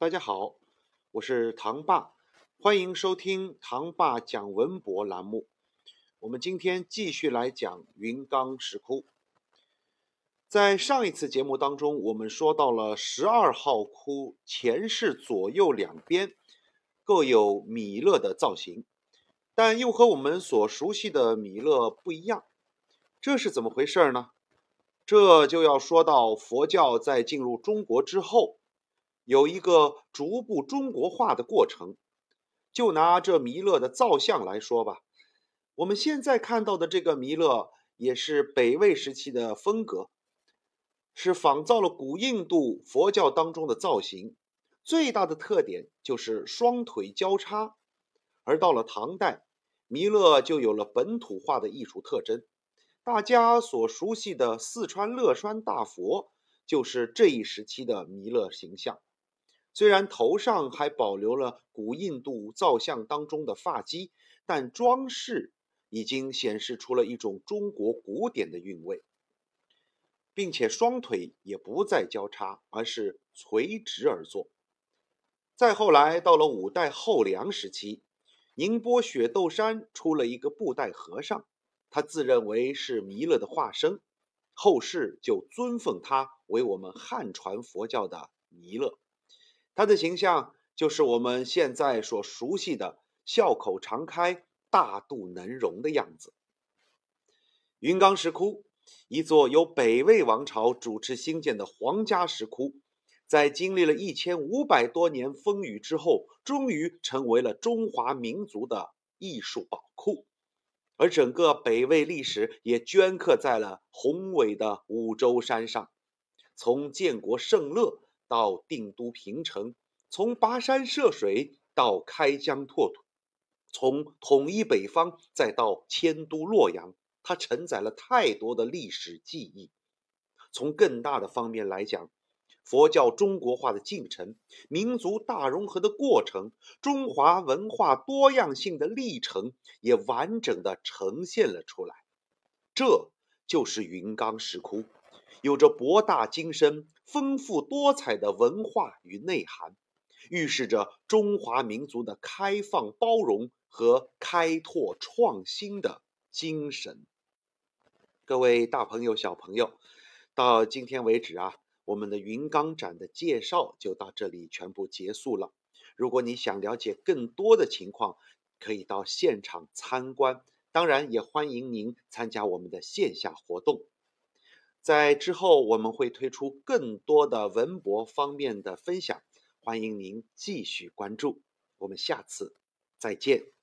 大家好，我是唐爸，欢迎收听唐爸讲文博栏目。我们今天继续来讲云冈石窟。在上一次节目当中，我们说到了12号窟前室左右两边各有弥勒的造型，但又和我们所熟悉的弥勒不一样。这是怎么回事呢？这就要说到佛教在进入中国之后，有一个逐步中国化的过程。就拿这弥勒的造像来说吧，我们现在看到的这个弥勒也是北魏时期的风格，是仿造了古印度佛教当中的造型，最大的特点就是双腿交叉。而到了唐代，弥勒就有了本土化的艺术特征。大家所熟悉的四川乐山大佛就是这一时期的弥勒形象。虽然头上还保留了古印度造像当中的发髻，但装饰已经显示出了一种中国古典的韵味，并且双腿也不再交叉，而是垂直而坐。再后来到了五代后梁时期，宁波雪窦山出了一个布袋和尚，他自认为是弥勒的化身，后世就尊奉他为我们汉传佛教的弥勒。他的形象就是我们现在所熟悉的笑口常开、大肚能容的样子。云冈石窟，一座由北魏王朝主持兴建的皇家石窟，在经历了1500多年风雨之后，终于成为了中华民族的艺术宝库。而整个北魏历史也镌刻在了宏伟的五洲山上，从建国圣乐到定都平城，从跋山涉水到开疆拓土，从统一北方再到迁都洛阳，它承载了太多的历史记忆。从更大的方面来讲，佛教中国化的进程，民族大融合的过程，中华文化多样性的历程也完整地呈现了出来。这就是云冈石窟，有着博大精深、丰富多彩的文化与内涵，预示着中华民族的开放包容和开拓创新的精神。各位大朋友小朋友，到今天为止我们的云冈展的介绍就到这里全部结束了。如果你想了解更多的情况，可以到现场参观，当然也欢迎您参加我们的线下活动。在之后我们会推出更多的文博方面的分享，欢迎您继续关注。我们下次再见。